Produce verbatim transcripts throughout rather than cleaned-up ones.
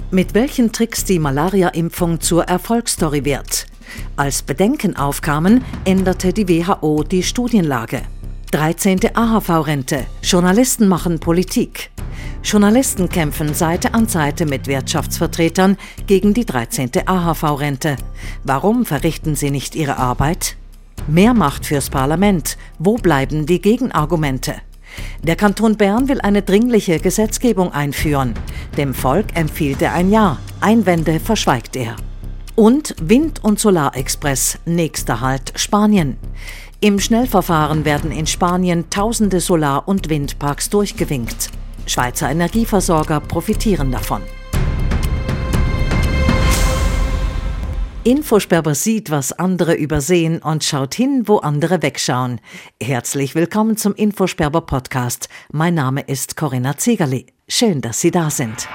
Mit welchen Tricks die Malaria-Impfung zur Erfolgsstory wird. Als Bedenken aufkamen, änderte die W H O die Studienlage. dreizehnte A H V-Rente. Journalisten machen Politik. Journalisten kämpfen Seite an Seite mit Wirtschaftsvertretern gegen die dreizehnte A H V-Rente. Warum verrichten sie nicht ihre Arbeit? Mehr Macht fürs Parlament. Wo bleiben die Gegenargumente? Der Kanton Bern will eine dringliche Gesetzgebung einführen. Dem Volk empfiehlt er ein Ja. Einwände verschweigt er. Und Wind- und Solarexpress, nächster Halt Spanien. Im Schnellverfahren werden in Spanien tausende Solar- und Windparks durchgewinkt. Schweizer Energieversorger profitieren davon. Infosperber sieht, was andere übersehen und schaut hin, wo andere wegschauen. Herzlich willkommen zum Infosperber Podcast. Mein Name ist Corinna Zegerli. Schön, dass Sie da sind.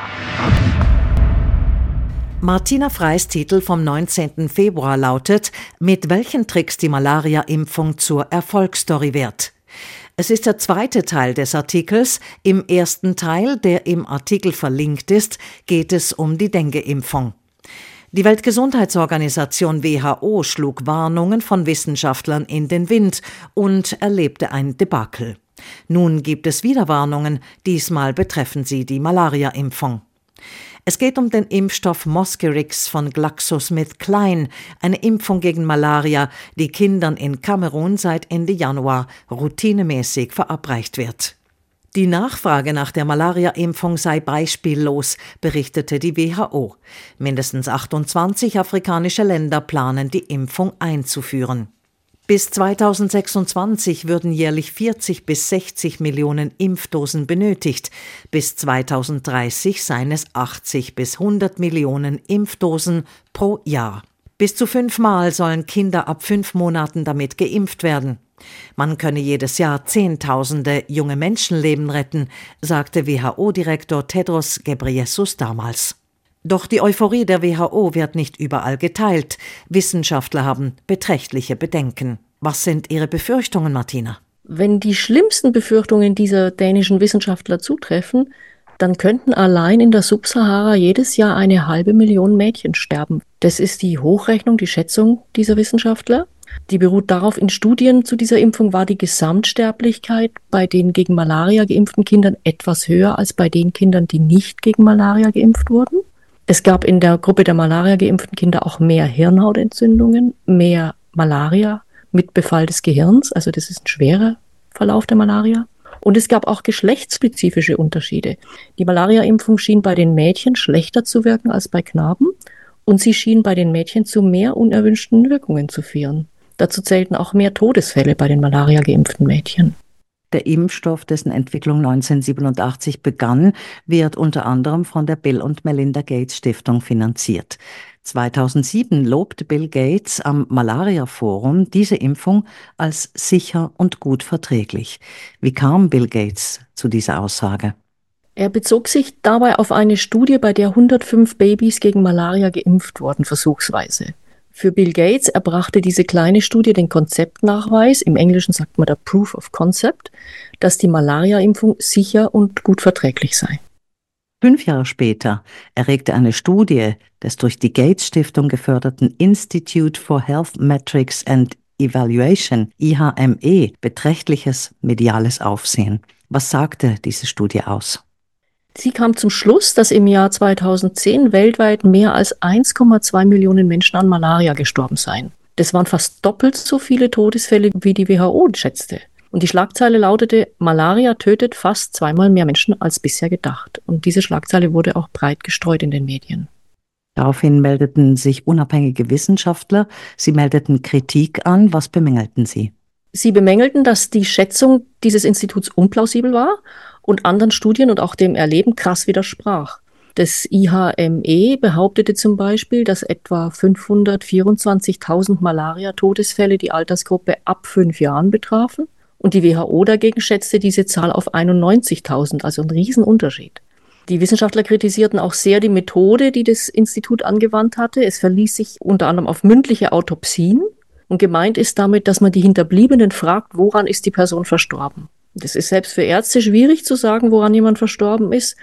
Martina Freys Titel vom neunzehnten Februar lautet: Mit welchen Tricks die Malaria-Impfung zur Erfolgsstory wird. Es ist der zweite Teil des Artikels. Im ersten Teil, der im Artikel verlinkt ist, geht es um die Dengue-Impfung. Die Weltgesundheitsorganisation W H O schlug Warnungen von Wissenschaftlern in den Wind und erlebte ein Debakel. Nun gibt es wieder Warnungen, diesmal betreffen sie die Malaria-Impfung. Es geht um den Impfstoff Mosquirix von GlaxoSmithKline, eine Impfung gegen Malaria, die Kindern in Kamerun seit Ende Januar routinemäßig verabreicht wird. Die Nachfrage nach der Malaria-Impfung sei beispiellos, berichtete die W H O. Mindestens achtundzwanzig afrikanische Länder planen, die Impfung einzuführen. Bis zweitausendsechsundzwanzig würden jährlich vierzig bis sechzig Millionen Impfdosen benötigt. Bis zweitausenddreißig seien es achtzig bis hundert Millionen Impfdosen pro Jahr. Bis zu fünfmal sollen Kinder ab fünf Monaten damit geimpft werden. Man könne jedes Jahr Zehntausende junge Menschenleben retten, sagte W H O-Direktor Tedros Ghebreyesus damals. Doch die Euphorie der W H O wird nicht überall geteilt. Wissenschaftler haben beträchtliche Bedenken. Was sind Ihre Befürchtungen, Martina? Wenn die schlimmsten Befürchtungen dieser dänischen Wissenschaftler zutreffen, dann könnten allein in der Subsahara jedes Jahr eine halbe Million Mädchen sterben. Das ist die Hochrechnung, die Schätzung dieser Wissenschaftler. Die beruht darauf, in Studien zu dieser Impfung war die Gesamtsterblichkeit bei den gegen Malaria geimpften Kindern etwas höher als bei den Kindern, die nicht gegen Malaria geimpft wurden. Es gab in der Gruppe der Malaria geimpften Kinder auch mehr Hirnhautentzündungen, mehr Malaria mit Befall des Gehirns, also das ist ein schwerer Verlauf der Malaria. Und es gab auch geschlechtsspezifische Unterschiede. Die Malaria-Impfung schien bei den Mädchen schlechter zu wirken als bei Knaben und sie schien bei den Mädchen zu mehr unerwünschten Wirkungen zu führen. Dazu zählten auch mehr Todesfälle bei den Malaria-geimpften Mädchen. Der Impfstoff, dessen Entwicklung neunzehnhundertsiebenundachtzig begann, wird unter anderem von der Bill und Melinda Gates Stiftung finanziert. zweitausendsieben lobte Bill Gates am Malaria-Forum diese Impfung als sicher und gut verträglich. Wie kam Bill Gates zu dieser Aussage? Er bezog sich dabei auf eine Studie, bei der hundertfünf Babys gegen Malaria geimpft wurden, versuchsweise. Für Bill Gates erbrachte diese kleine Studie den Konzeptnachweis, im Englischen sagt man da Proof of Concept, dass die Malaria-Impfung sicher und gut verträglich sei. Fünf Jahre später erregte eine Studie des durch die Gates-Stiftung geförderten Institute for Health Metrics and Evaluation, I H M E, beträchtliches mediales Aufsehen. Was sagte diese Studie aus? Sie kam zum Schluss, dass im Jahr zweitausendzehn weltweit mehr als eins Komma zwei Millionen Menschen an Malaria gestorben seien. Das waren fast doppelt so viele Todesfälle, wie die W H O schätzte. Und die Schlagzeile lautete: Malaria tötet fast zweimal mehr Menschen als bisher gedacht. Und diese Schlagzeile wurde auch breit gestreut in den Medien. Daraufhin meldeten sich unabhängige Wissenschaftler. Sie meldeten Kritik an. Was bemängelten sie? Sie bemängelten, dass die Schätzung dieses Instituts unplausibel war und anderen Studien und auch dem Erleben krass widersprach. Das I H M E behauptete zum Beispiel, dass etwa fünfhundertvierundzwanzigtausend Malaria-Todesfälle die Altersgruppe ab fünf Jahren betrafen. Und die W H O dagegen schätzte diese Zahl auf einundneunzigtausend, also ein Riesenunterschied. Die Wissenschaftler kritisierten auch sehr die Methode, die das Institut angewandt hatte. Es verließ sich unter anderem auf mündliche Autopsien. Und gemeint ist damit, dass man die Hinterbliebenen fragt, woran ist die Person verstorben. Das ist selbst für Ärzte schwierig zu sagen, woran jemand verstorben ist.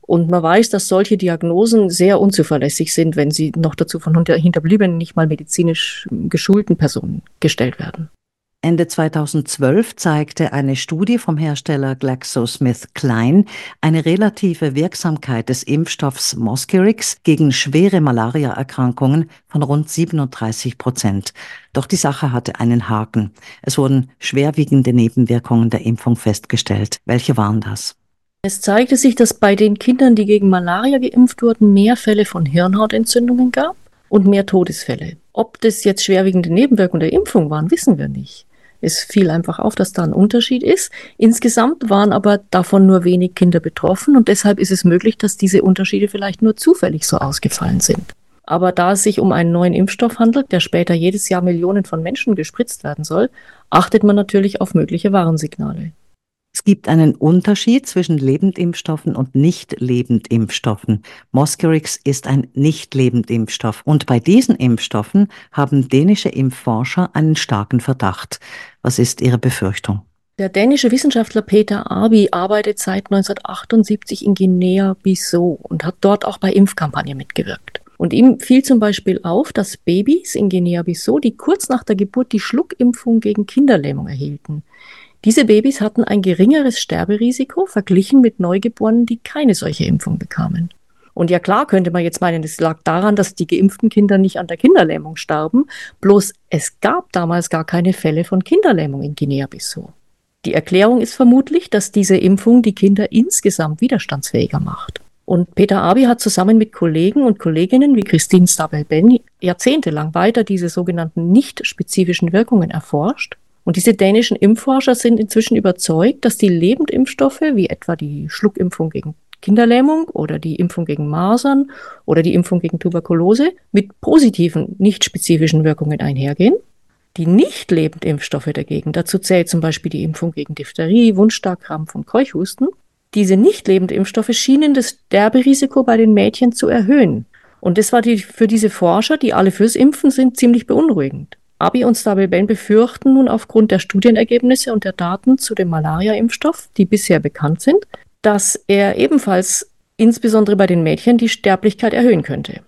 Und man weiß, dass solche Diagnosen sehr unzuverlässig sind, wenn sie noch dazu von hinterbliebenen, nicht mal medizinisch geschulten Personen gestellt werden. Ende zweitausendzwölf zeigte eine Studie vom Hersteller GlaxoSmithKline eine relative Wirksamkeit des Impfstoffs Mosquirix gegen schwere Malariaerkrankungen von rund siebenunddreißig Prozent. Doch die Sache hatte einen Haken. Es wurden schwerwiegende Nebenwirkungen der Impfung festgestellt. Welche waren das? Es zeigte sich, dass bei den Kindern, die gegen Malaria geimpft wurden, mehr Fälle von Hirnhautentzündungen gab und mehr Todesfälle. Ob das jetzt schwerwiegende Nebenwirkungen der Impfung waren, wissen wir nicht. Es fiel einfach auf, dass da ein Unterschied ist. Insgesamt waren aber davon nur wenig Kinder betroffen und deshalb ist es möglich, dass diese Unterschiede vielleicht nur zufällig so ausgefallen sind. Aber da es sich um einen neuen Impfstoff handelt, der später jedes Jahr Millionen von Menschen gespritzt werden soll, achtet man natürlich auf mögliche Warnsignale. Es gibt einen Unterschied zwischen Lebendimpfstoffen und Nicht-Lebendimpfstoffen. Mosquirix ist ein Nicht-Lebendimpfstoff und bei diesen Impfstoffen haben dänische Impfforscher einen starken Verdacht. Was ist Ihre Befürchtung? Der dänische Wissenschaftler Peter Aby arbeitet seit neunzehnhundertachtundsiebzig in Guinea-Bissau und hat dort auch bei Impfkampagnen mitgewirkt. Und ihm fiel zum Beispiel auf, dass Babys in Guinea-Bissau, die kurz nach der Geburt die Schluckimpfung gegen Kinderlähmung erhielten. Diese Babys hatten ein geringeres Sterberisiko verglichen mit Neugeborenen, die keine solche Impfung bekamen. Und ja klar, könnte man jetzt meinen, es lag daran, dass die geimpften Kinder nicht an der Kinderlähmung starben, bloß es gab damals gar keine Fälle von Kinderlähmung in Guinea-Bissau. Die Erklärung ist vermutlich, dass diese Impfung die Kinder insgesamt widerstandsfähiger macht. Und Peter Aby hat zusammen mit Kollegen und Kolleginnen wie Christine Stabell-Ben jahrzehntelang weiter diese sogenannten nicht spezifischen Wirkungen erforscht. Und diese dänischen Impfforscher sind inzwischen überzeugt, dass die Lebendimpfstoffe, wie etwa die Schluckimpfung gegen Kinderlähmung oder die Impfung gegen Masern oder die Impfung gegen Tuberkulose, mit positiven, nicht spezifischen Wirkungen einhergehen. Die Nicht-Lebendimpfstoffe dagegen, dazu zählt zum Beispiel die Impfung gegen Diphtherie, Wundstarkrampf und Keuchhusten, diese Nicht-Lebendimpfstoffe schienen das Sterberisiko bei den Mädchen zu erhöhen. Und das war die, für diese Forscher, die alle fürs Impfen sind, ziemlich beunruhigend. Aby und Stabell-Ben befürchten nun aufgrund der Studienergebnisse und der Daten zu dem Malaria-Impfstoff, die bisher bekannt sind, dass er ebenfalls insbesondere bei den Mädchen die Sterblichkeit erhöhen könnte.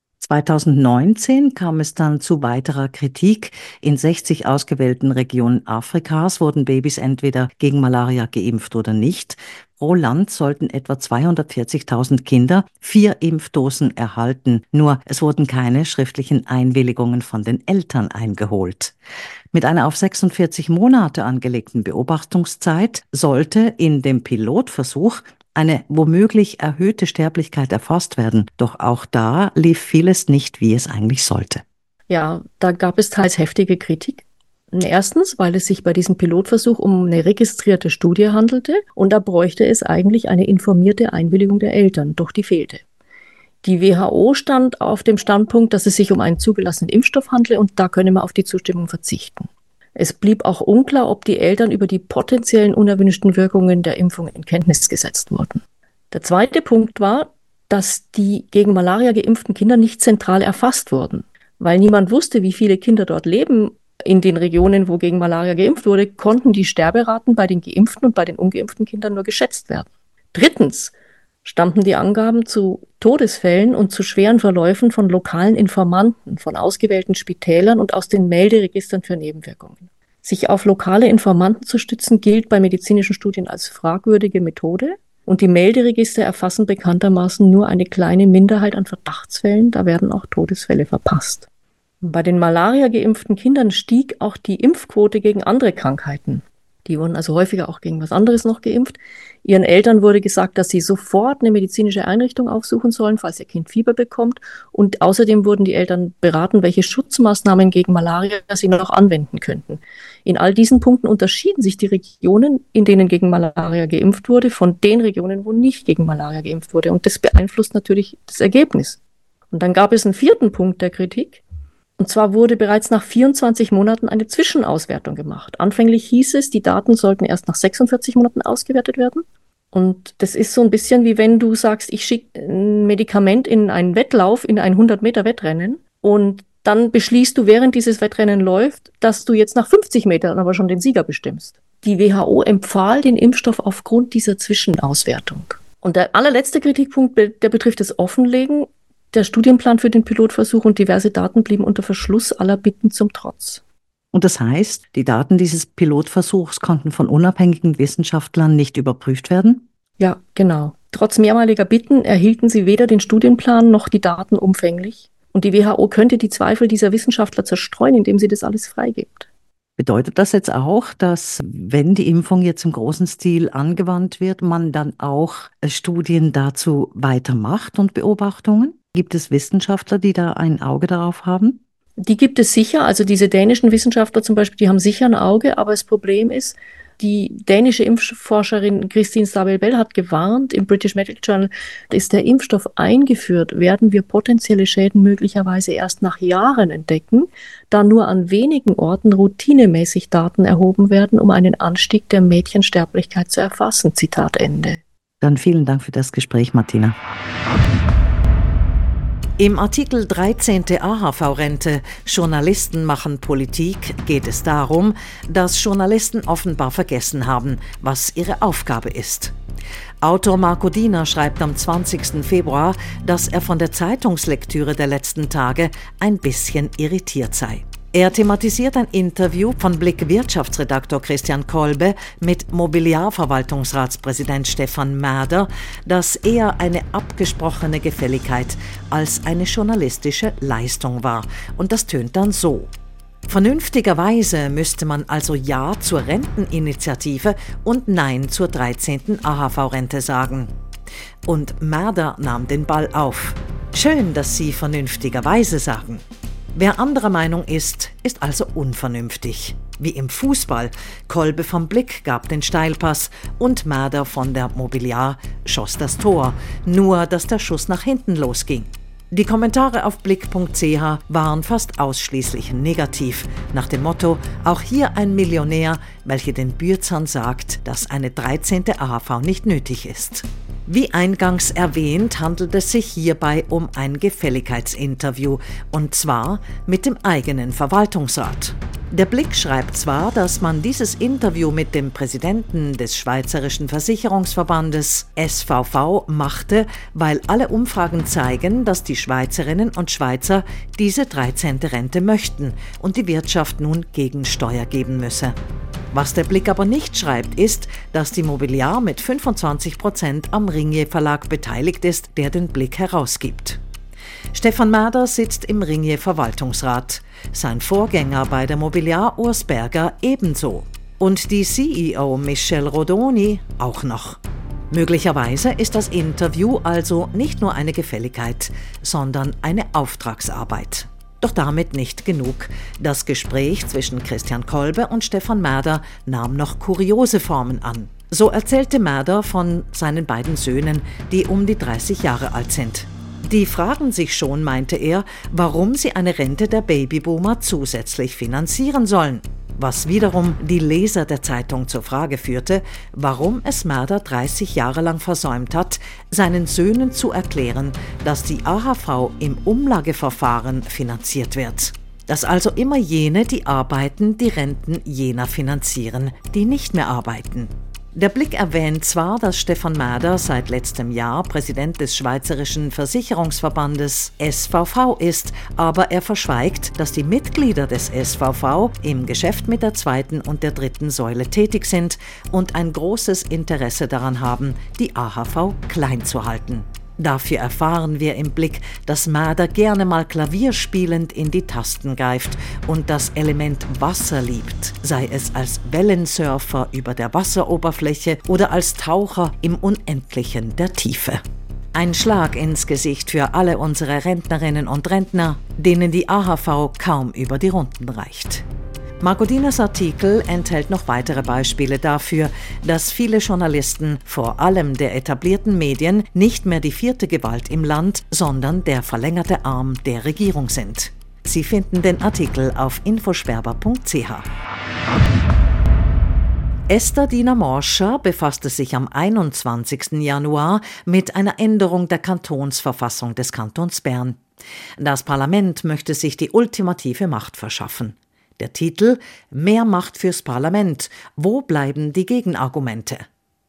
zweitausendneunzehn kam es dann zu weiterer Kritik. In sechzig ausgewählten Regionen Afrikas wurden Babys entweder gegen Malaria geimpft oder nicht. Pro Land sollten etwa zweihundertvierzigtausend Kinder vier Impfdosen erhalten. Nur es wurden keine schriftlichen Einwilligungen von den Eltern eingeholt. Mit einer auf sechsundvierzig Monate angelegten Beobachtungszeit sollte in dem Pilotversuch eine womöglich erhöhte Sterblichkeit erfasst werden. Doch auch da lief vieles nicht, wie es eigentlich sollte. Ja, da gab es teils heftige Kritik. Erstens, weil es sich bei diesem Pilotversuch um eine registrierte Studie handelte und da bräuchte es eigentlich eine informierte Einwilligung der Eltern, doch die fehlte. Die W H O stand auf dem Standpunkt, dass es sich um einen zugelassenen Impfstoff handle und da könne man auf die Zustimmung verzichten. Es blieb auch unklar, ob die Eltern über die potenziellen unerwünschten Wirkungen der Impfung in Kenntnis gesetzt wurden. Der zweite Punkt war, dass die gegen Malaria geimpften Kinder nicht zentral erfasst wurden. Weil niemand wusste, wie viele Kinder dort leben in den Regionen, wo gegen Malaria geimpft wurde, konnten die Sterberaten bei den geimpften und bei den ungeimpften Kindern nur geschätzt werden. Drittens stammten die Angaben zu Todesfällen und zu schweren Verläufen von lokalen Informanten, von ausgewählten Spitälern und aus den Melderegistern für Nebenwirkungen. Sich auf lokale Informanten zu stützen, gilt bei medizinischen Studien als fragwürdige Methode. Und die Melderegister erfassen bekanntermaßen nur eine kleine Minderheit an Verdachtsfällen, da werden auch Todesfälle verpasst. Bei den Malaria geimpften Kindern stieg auch die Impfquote gegen andere Krankheiten. Die wurden also häufiger auch gegen was anderes noch geimpft. Ihren Eltern wurde gesagt, dass sie sofort eine medizinische Einrichtung aufsuchen sollen, falls ihr Kind Fieber bekommt. Und außerdem wurden die Eltern beraten, welche Schutzmaßnahmen gegen Malaria sie noch anwenden könnten. In all diesen Punkten unterschieden sich die Regionen, in denen gegen Malaria geimpft wurde, von den Regionen, wo nicht gegen Malaria geimpft wurde. Und das beeinflusst natürlich das Ergebnis. Und dann gab es einen vierten Punkt der Kritik. Und zwar wurde bereits nach vierundzwanzig Monaten eine Zwischenauswertung gemacht. Anfänglich hieß es, die Daten sollten erst nach sechsundvierzig Monaten ausgewertet werden. Und das ist so ein bisschen wie wenn du sagst, ich schicke ein Medikament in einen Wettlauf, in ein hundert Meter Wettrennen und dann beschließt du, während dieses Wettrennen läuft, dass du jetzt nach fünfzig Metern aber schon den Sieger bestimmst. Die W H O empfahl den Impfstoff aufgrund dieser Zwischenauswertung. Und der allerletzte Kritikpunkt, der betrifft das Offenlegen. Der Studienplan für den Pilotversuch und diverse Daten blieben unter Verschluss aller Bitten zum Trotz. Und das heißt, die Daten dieses Pilotversuchs konnten von unabhängigen Wissenschaftlern nicht überprüft werden? Ja, genau. Trotz mehrmaliger Bitten erhielten sie weder den Studienplan noch die Daten umfänglich. Und die W H O könnte die Zweifel dieser Wissenschaftler zerstreuen, indem sie das alles freigibt. Bedeutet das jetzt auch, dass, wenn die Impfung jetzt im großen Stil angewandt wird, man dann auch Studien dazu weitermacht und Beobachtungen? Gibt es Wissenschaftler, die da ein Auge darauf haben? Die gibt es sicher. Also diese dänischen Wissenschaftler zum Beispiel, die haben sicher ein Auge. Aber das Problem ist, die dänische Impfforscherin Christine Stabell hat gewarnt, im British Medical Journal, ist der Impfstoff eingeführt, werden wir potenzielle Schäden möglicherweise erst nach Jahren entdecken, da nur an wenigen Orten routinemäßig Daten erhoben werden, um einen Anstieg der Mädchensterblichkeit zu erfassen. Zitat Ende. Dann vielen Dank für das Gespräch, Martina. Im Artikel dreizehnte A H V-Rente Journalisten machen Politik geht es darum, dass Journalisten offenbar vergessen haben, was ihre Aufgabe ist. Autor Marco Diener schreibt am zwanzigsten Februar, dass er von der Zeitungslektüre der letzten Tage ein bisschen irritiert sei. Er thematisiert ein Interview von Blick-Wirtschaftsredaktor Christian Kolbe mit Mobiliarverwaltungsratspräsident Stefan Maeder, das eher eine abgesprochene Gefälligkeit als eine journalistische Leistung war. Und das tönt dann so: Vernünftigerweise müsste man also Ja zur Renteninitiative und Nein zur dreizehnten A H V-Rente sagen. Und Maeder nahm den Ball auf. Schön, dass Sie vernünftigerweise sagen. Wer anderer Meinung ist, ist also unvernünftig. Wie im Fußball. Kolbe vom Blick gab den Steilpass und Maeder von der Mobiliar schoss das Tor. Nur, dass der Schuss nach hinten losging. Die Kommentare auf blick punkt c h waren fast ausschließlich negativ. Nach dem Motto, auch hier ein Millionär, welcher den Bürzern sagt, dass eine dreizehnte A H V nicht nötig ist. Wie eingangs erwähnt, handelt es sich hierbei um ein Gefälligkeitsinterview, und zwar mit dem eigenen Verwaltungsrat. Der Blick schreibt zwar, dass man dieses Interview mit dem Präsidenten des Schweizerischen Versicherungsverbandes S V V machte, weil alle Umfragen zeigen, dass die Schweizerinnen und Schweizer diese dreizehnte Rente möchten und die Wirtschaft nun Gegensteuer geben müsse. Was der Blick aber nicht schreibt, ist, dass die Mobiliar mit fünfundzwanzig Prozent am Ringier Verlag beteiligt ist, der den Blick herausgibt. Stefan Maeder sitzt im Ringier Verwaltungsrat, sein Vorgänger bei der Mobiliar Urs Berger ebenso und die C E O Michelle Rodoni auch noch. Möglicherweise ist das Interview also nicht nur eine Gefälligkeit, sondern eine Auftragsarbeit. Doch damit nicht genug. Das Gespräch zwischen Christian Kolbe und Stefan Maeder nahm noch kuriose Formen an. So erzählte Maeder von seinen beiden Söhnen, die um die dreißig Jahre alt sind. Die fragen sich schon, meinte er, warum sie eine Rente der Babyboomer zusätzlich finanzieren sollen. Was wiederum die Leser der Zeitung zur Frage führte, warum es Maeder dreißig Jahre lang versäumt hat, seinen Söhnen zu erklären, dass die A H V im Umlageverfahren finanziert wird. Dass also immer jene, die arbeiten, die Renten jener finanzieren, die nicht mehr arbeiten. Der Blick erwähnt zwar, dass Stefan Maeder seit letztem Jahr Präsident des Schweizerischen Versicherungsverbandes S V V ist, aber er verschweigt, dass die Mitglieder des S V V im Geschäft mit der zweiten und der dritten Säule tätig sind und ein großes Interesse daran haben, die A H V klein zu halten. Dafür erfahren wir im Blick, dass Maeder gerne mal klavierspielend in die Tasten greift und das Element Wasser liebt, sei es als Wellensurfer über der Wasseroberfläche oder als Taucher im Unendlichen der Tiefe. Ein Schlag ins Gesicht für alle unsere Rentnerinnen und Rentner, denen die A H V kaum über die Runden reicht. Marco Dieners Artikel enthält noch weitere Beispiele dafür, dass viele Journalisten, vor allem der etablierten Medien, nicht mehr die vierte Gewalt im Land, sondern der verlängerte Arm der Regierung sind. Sie finden den Artikel auf infosperber punkt c h. Esther Diener-Morscher befasste sich am einundzwanzigsten Januar mit einer Änderung der Kantonsverfassung des Kantons Bern. Das Parlament möchte sich die ultimative Macht verschaffen. Der Titel: Mehr Macht fürs Parlament. Wo bleiben die Gegenargumente?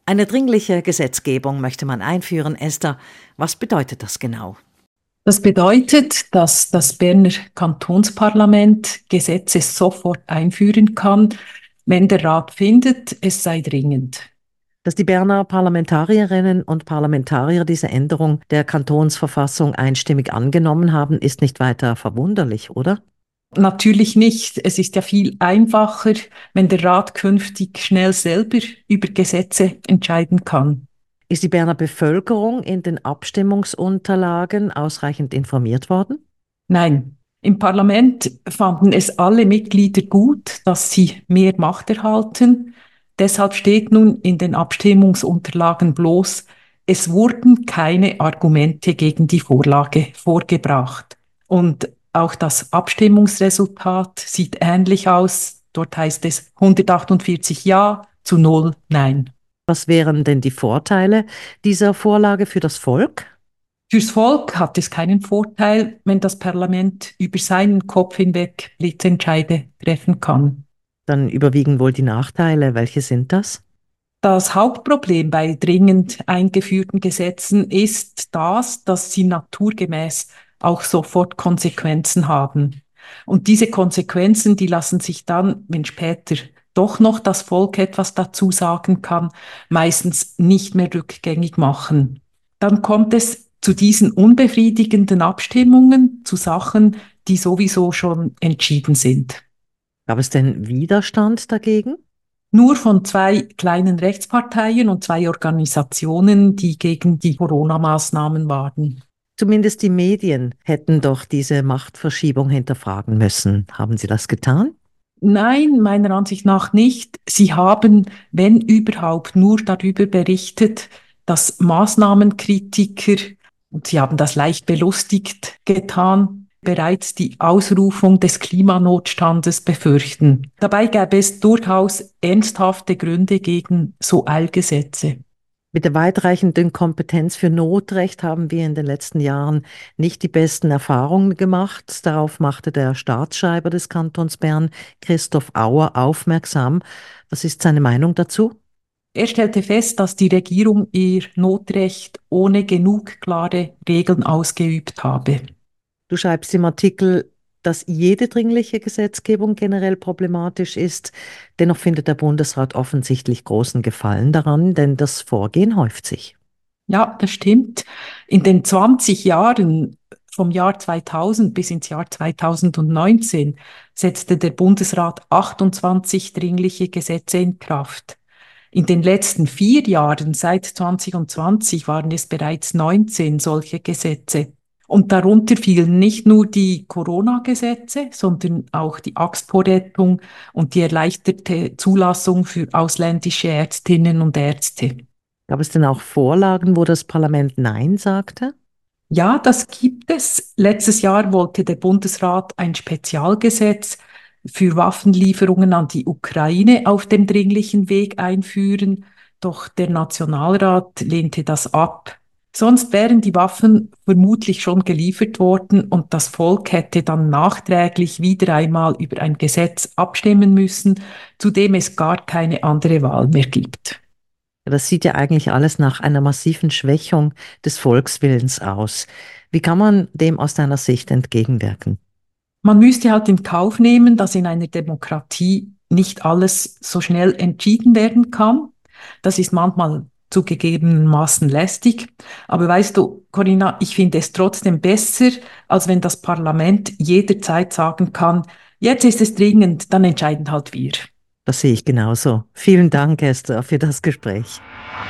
Eine dringliche Gesetzgebung möchte man einführen. Esther, was bedeutet das genau? Das bedeutet, dass das Berner Kantonsparlament Gesetze sofort einführen kann, wenn der Rat findet, es sei dringend. Dass die Berner Parlamentarierinnen und Parlamentarier diese Änderung der Kantonsverfassung einstimmig angenommen haben, ist nicht weiter verwunderlich, oder? Natürlich nicht. Es ist ja viel einfacher, wenn der Rat künftig schnell selber über Gesetze entscheiden kann. Ist die Berner Bevölkerung in den Abstimmungsunterlagen ausreichend informiert worden? Nein. Im Parlament fanden es alle Mitglieder gut, dass sie mehr Macht erhalten. Deshalb steht nun in den Abstimmungsunterlagen bloß, es wurden keine Argumente gegen die Vorlage vorgebracht. Und auch das Abstimmungsresultat sieht ähnlich aus. Dort heißt es hundertachtundvierzig Ja zu null Nein. Was wären denn die Vorteile dieser Vorlage für das Volk? Fürs Volk hat es keinen Vorteil, wenn das Parlament über seinen Kopf hinweg Blitzentscheide treffen kann. Dann überwiegen wohl die Nachteile. Welche sind das? Das Hauptproblem bei dringend eingeführten Gesetzen ist das, dass sie naturgemäß auch sofort Konsequenzen haben. Und diese Konsequenzen, die lassen sich dann, wenn später doch noch das Volk etwas dazu sagen kann, meistens nicht mehr rückgängig machen. Dann kommt es zu diesen unbefriedigenden Abstimmungen, zu Sachen, die sowieso schon entschieden sind. Gab es denn Widerstand dagegen? Nur von zwei kleinen Rechtsparteien und zwei Organisationen, die gegen die Corona-Maßnahmen waren. Zumindest die Medien hätten doch diese Machtverschiebung hinterfragen müssen. Haben sie das getan? Nein, meiner Ansicht nach nicht. Sie haben, wenn überhaupt, nur darüber berichtet, dass Maßnahmenkritiker, und sie haben das leicht belustigt getan, bereits die Ausrufung des Klimanotstandes befürchten. Dabei gäbe es durchaus ernsthafte Gründe gegen so Eilgesetze. Mit der weitreichenden Kompetenz für Notrecht haben wir in den letzten Jahren nicht die besten Erfahrungen gemacht. Darauf machte der Staatsschreiber des Kantons Bern, Christoph Auer, aufmerksam. Was ist seine Meinung dazu? Er stellte fest, dass die Regierung ihr Notrecht ohne genug klare Regeln ausgeübt habe. Du schreibst im Artikel, dass jede dringliche Gesetzgebung generell problematisch ist. Dennoch findet der Bundesrat offensichtlich großen Gefallen daran, denn das Vorgehen häuft sich. Ja, das stimmt. In den zwanzig Jahren vom Jahr zweitausend bis ins Jahr zweitausendneunzehn setzte der Bundesrat achtundzwanzig dringliche Gesetze in Kraft. In den letzten vier Jahren, seit zwanzig zwanzig, waren es bereits neunzehn solche Gesetze. Und darunter fielen nicht nur die Corona-Gesetze, sondern auch die Axtvorrettung und die erleichterte Zulassung für ausländische Ärztinnen und Ärzte. Gab es denn auch Vorlagen, wo das Parlament Nein sagte? Ja, das gibt es. Letztes Jahr wollte der Bundesrat ein Spezialgesetz für Waffenlieferungen an die Ukraine auf dem dringlichen Weg einführen, doch der Nationalrat lehnte das ab. Sonst wären die Waffen vermutlich schon geliefert worden und das Volk hätte dann nachträglich wieder einmal über ein Gesetz abstimmen müssen, zu dem es gar keine andere Wahl mehr gibt. Das sieht ja eigentlich alles nach einer massiven Schwächung des Volkswillens aus. Wie kann man dem aus deiner Sicht entgegenwirken? Man müsste halt in Kauf nehmen, dass in einer Demokratie nicht alles so schnell entschieden werden kann. Das ist manchmal zugegebenermaßen lästig. Aber weißt du, Corinna, ich finde es trotzdem besser, als wenn das Parlament jederzeit sagen kann, jetzt ist es dringend, dann entscheiden halt wir. Das sehe ich genauso. Vielen Dank, Esther, für das Gespräch.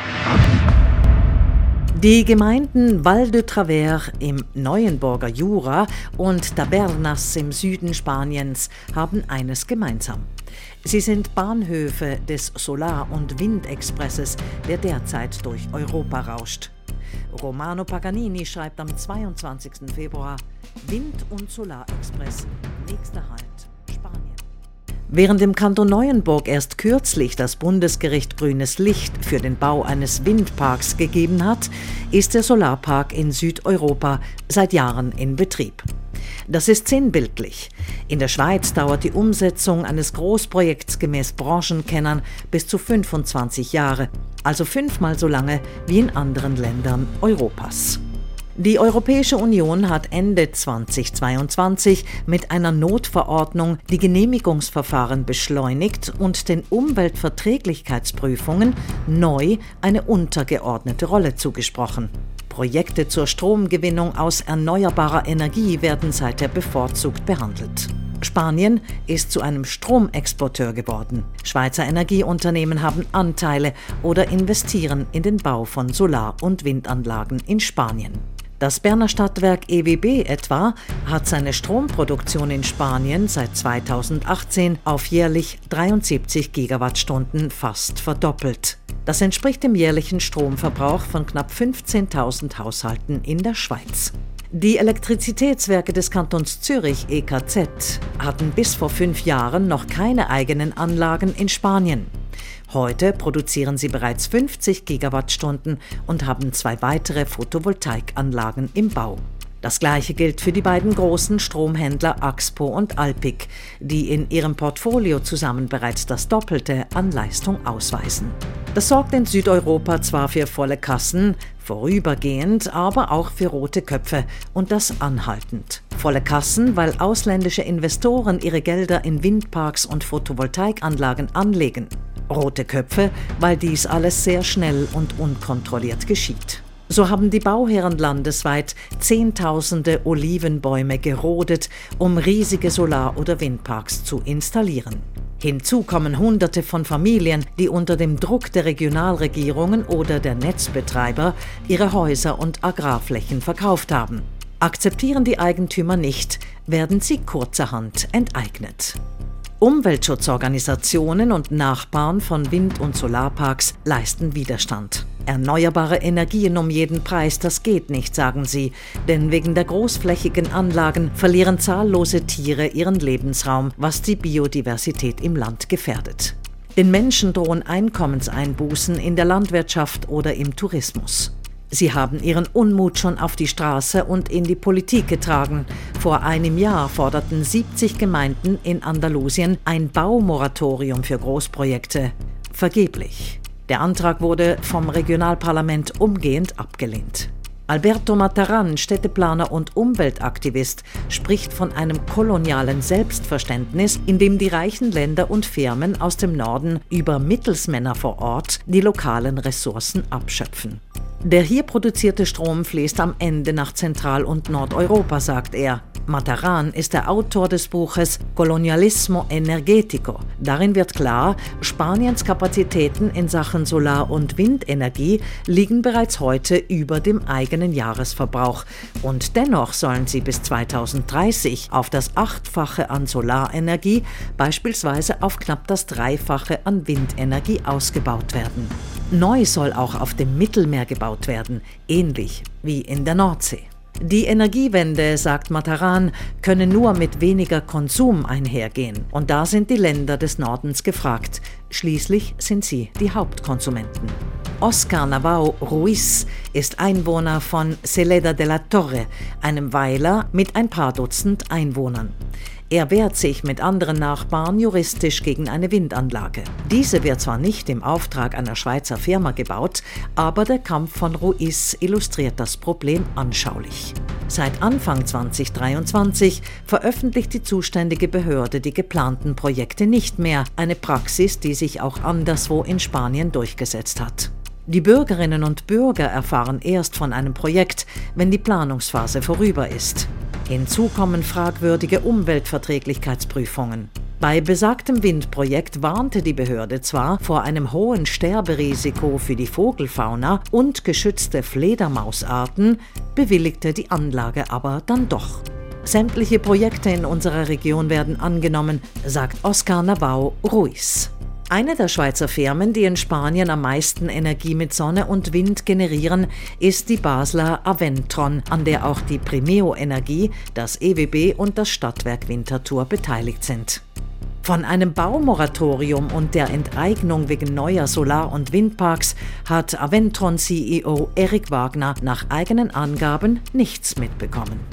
Die Gemeinden Val de Travers im Neuenburger Jura und Tabernas im Süden Spaniens haben eines gemeinsam. Sie sind Bahnhöfe des Solar- und Windexpresses, der derzeit durch Europa rauscht. Romano Paganini schreibt am zweiundzwanzigsten Februar: Wind- und Solarexpress, nächster Halt Spanien. Während im Kanton Neuenburg erst kürzlich das Bundesgericht grünes Licht für den Bau eines Windparks gegeben hat, ist der Solarpark in Südeuropa seit Jahren in Betrieb. Das ist sinnbildlich. In der Schweiz dauert die Umsetzung eines Großprojekts gemäß Branchenkennern bis zu fünfundzwanzig Jahre. also fünfmal so lange wie in anderen Ländern Europas. Die Europäische Union hat Ende zweitausendzweiundzwanzig mit einer Notverordnung die Genehmigungsverfahren beschleunigt und den Umweltverträglichkeitsprüfungen neu eine untergeordnete Rolle zugesprochen. Projekte zur Stromgewinnung aus erneuerbarer Energie werden seither bevorzugt behandelt. Spanien ist zu einem Stromexporteur geworden. Schweizer Energieunternehmen haben Anteile oder investieren in den Bau von Solar- und Windanlagen in Spanien. Das Berner Stadtwerk E W B etwa hat seine Stromproduktion in Spanien seit zweitausendachtzehn auf jährlich dreiundsiebzig Gigawattstunden fast verdoppelt. Das entspricht dem jährlichen Stromverbrauch von knapp fünfzehntausend Haushalten in der Schweiz. Die Elektrizitätswerke des Kantons Zürich E K Z hatten bis vor fünf Jahren noch keine eigenen Anlagen in Spanien. Heute produzieren sie bereits fünfzig Gigawattstunden und haben zwei weitere Photovoltaikanlagen im Bau. Das Gleiche gilt für die beiden großen Stromhändler Axpo und Alpiq, die in ihrem Portfolio zusammen bereits das Doppelte an Leistung ausweisen. Das sorgt in Südeuropa zwar für volle Kassen, vorübergehend, aber auch für rote Köpfe und das anhaltend. Volle Kassen, weil ausländische Investoren ihre Gelder in Windparks und Photovoltaikanlagen anlegen. Rote Köpfe, weil dies alles sehr schnell und unkontrolliert geschieht. So haben die Bauherren landesweit Zehntausende Olivenbäume gerodet, um riesige Solar- oder Windparks zu installieren. Hinzu kommen Hunderte von Familien, die unter dem Druck der Regionalregierungen oder der Netzbetreiber ihre Häuser und Agrarflächen verkauft haben. Akzeptieren die Eigentümer nicht, werden sie kurzerhand enteignet. Umweltschutzorganisationen und Nachbarn von Wind- und Solarparks leisten Widerstand. Erneuerbare Energien um jeden Preis, das geht nicht, sagen sie, denn wegen der großflächigen Anlagen verlieren zahllose Tiere ihren Lebensraum, was die Biodiversität im Land gefährdet. Den Menschen drohen Einkommenseinbußen in der Landwirtschaft oder im Tourismus. Sie haben ihren Unmut schon auf die Straße und in die Politik getragen. Vor einem Jahr forderten siebzig Gemeinden in Andalusien ein Baumoratorium für Großprojekte. Vergeblich. Der Antrag wurde vom Regionalparlament umgehend abgelehnt. Alberto Mataran, Städteplaner und Umweltaktivist, spricht von einem kolonialen Selbstverständnis, in dem die reichen Länder und Firmen aus dem Norden über Mittelsmänner vor Ort die lokalen Ressourcen abschöpfen. Der hier produzierte Strom fließt am Ende nach Zentral- und Nordeuropa, sagt er. Mataran ist der Autor des Buches Colonialismo Energético. Darin wird klar, Spaniens Kapazitäten in Sachen Solar- und Windenergie liegen bereits heute über dem eigenen Jahresverbrauch. Und dennoch sollen sie bis zweitausenddreißig auf das Achtfache an Solarenergie, beispielsweise auf knapp das Dreifache an Windenergie ausgebaut werden. Neu soll auch auf dem Mittelmeer gebaut werden, ähnlich wie in der Nordsee. Die Energiewende, sagt Mataran, könne nur mit weniger Konsum einhergehen. Und da sind die Länder des Nordens gefragt. Schließlich sind sie die Hauptkonsumenten. Oscar Navao Ruiz ist Einwohner von Celeda de la Torre, einem Weiler mit ein paar Dutzend Einwohnern. Er wehrt sich mit anderen Nachbarn juristisch gegen eine Windanlage. Diese wird zwar nicht im Auftrag einer Schweizer Firma gebaut, aber der Kampf von Ruiz illustriert das Problem anschaulich. Seit Anfang zweitausenddreiundzwanzig veröffentlicht die zuständige Behörde die geplanten Projekte nicht mehr, eine Praxis, die sich auch anderswo in Spanien durchgesetzt hat. Die Bürgerinnen und Bürger erfahren erst von einem Projekt, wenn die Planungsphase vorüber ist. Hinzu kommen fragwürdige Umweltverträglichkeitsprüfungen. Bei besagtem Windprojekt warnte die Behörde zwar vor einem hohen Sterberisiko für die Vogelfauna und geschützte Fledermausarten, bewilligte die Anlage aber dann doch. Sämtliche Projekte in unserer Region werden angenommen, sagt Oscar Navao Ruiz. Eine der Schweizer Firmen, die in Spanien am meisten Energie mit Sonne und Wind generieren, ist die Basler Aventron, an der auch die Primeo Energie, das E W B und das Stadtwerk Winterthur beteiligt sind. Von einem Baumoratorium und der Enteignung wegen neuer Solar- und Windparks hat Aventron-C E O Erik Wagner nach eigenen Angaben nichts mitbekommen.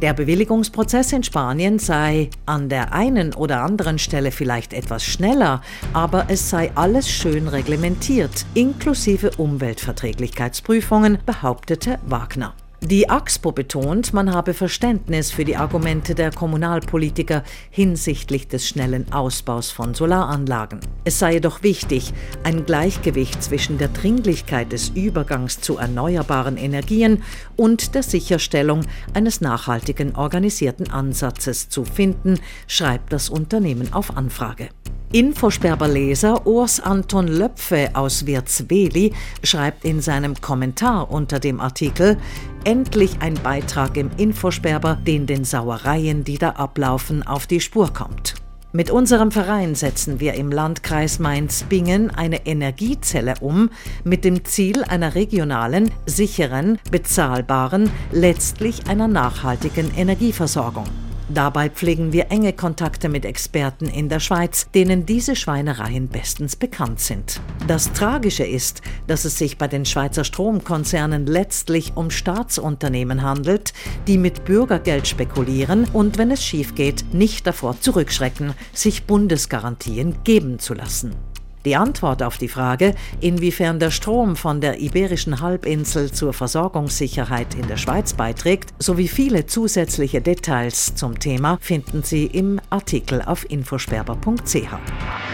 Der Bewilligungsprozess in Spanien sei an der einen oder anderen Stelle vielleicht etwas schneller, aber es sei alles schön reglementiert, inklusive Umweltverträglichkeitsprüfungen, behauptete Wagner. Die Axpo betont, man habe Verständnis für die Argumente der Kommunalpolitiker hinsichtlich des schnellen Ausbaus von Solaranlagen. Es sei jedoch wichtig, ein Gleichgewicht zwischen der Dringlichkeit des Übergangs zu erneuerbaren Energien und der Sicherstellung eines nachhaltigen organisierten Ansatzes zu finden, schreibt das Unternehmen auf Anfrage. Infosperber-Leser Urs Anton Löpfe aus Wirtsweli schreibt in seinem Kommentar unter dem Artikel: Endlich ein Beitrag im Infosperber, den den Sauereien, die da ablaufen, auf die Spur kommt. Mit unserem Verein setzen wir im Landkreis Mainz-Bingen eine Energiezelle um, mit dem Ziel einer regionalen, sicheren, bezahlbaren, letztlich einer nachhaltigen Energieversorgung. Dabei pflegen wir enge Kontakte mit Experten in der Schweiz, denen diese Schweinereien bestens bekannt sind. Das Tragische ist, dass es sich bei den Schweizer Stromkonzernen letztlich um Staatsunternehmen handelt, die mit Bürgergeld spekulieren und, wenn es schief geht, nicht davor zurückschrecken, sich Bundesgarantien geben zu lassen. Die Antwort auf die Frage, inwiefern der Strom von der Iberischen Halbinsel zur Versorgungssicherheit in der Schweiz beiträgt, sowie viele zusätzliche Details zum Thema finden Sie im Artikel auf infosperber punkt c h.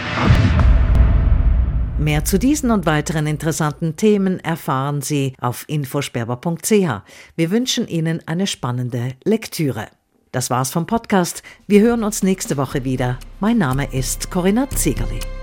Mehr zu diesen und weiteren interessanten Themen erfahren Sie auf infosperber punkt c h. Wir wünschen Ihnen eine spannende Lektüre. Das war's vom Podcast. Wir hören uns nächste Woche wieder. Mein Name ist Corinna Ziegerli.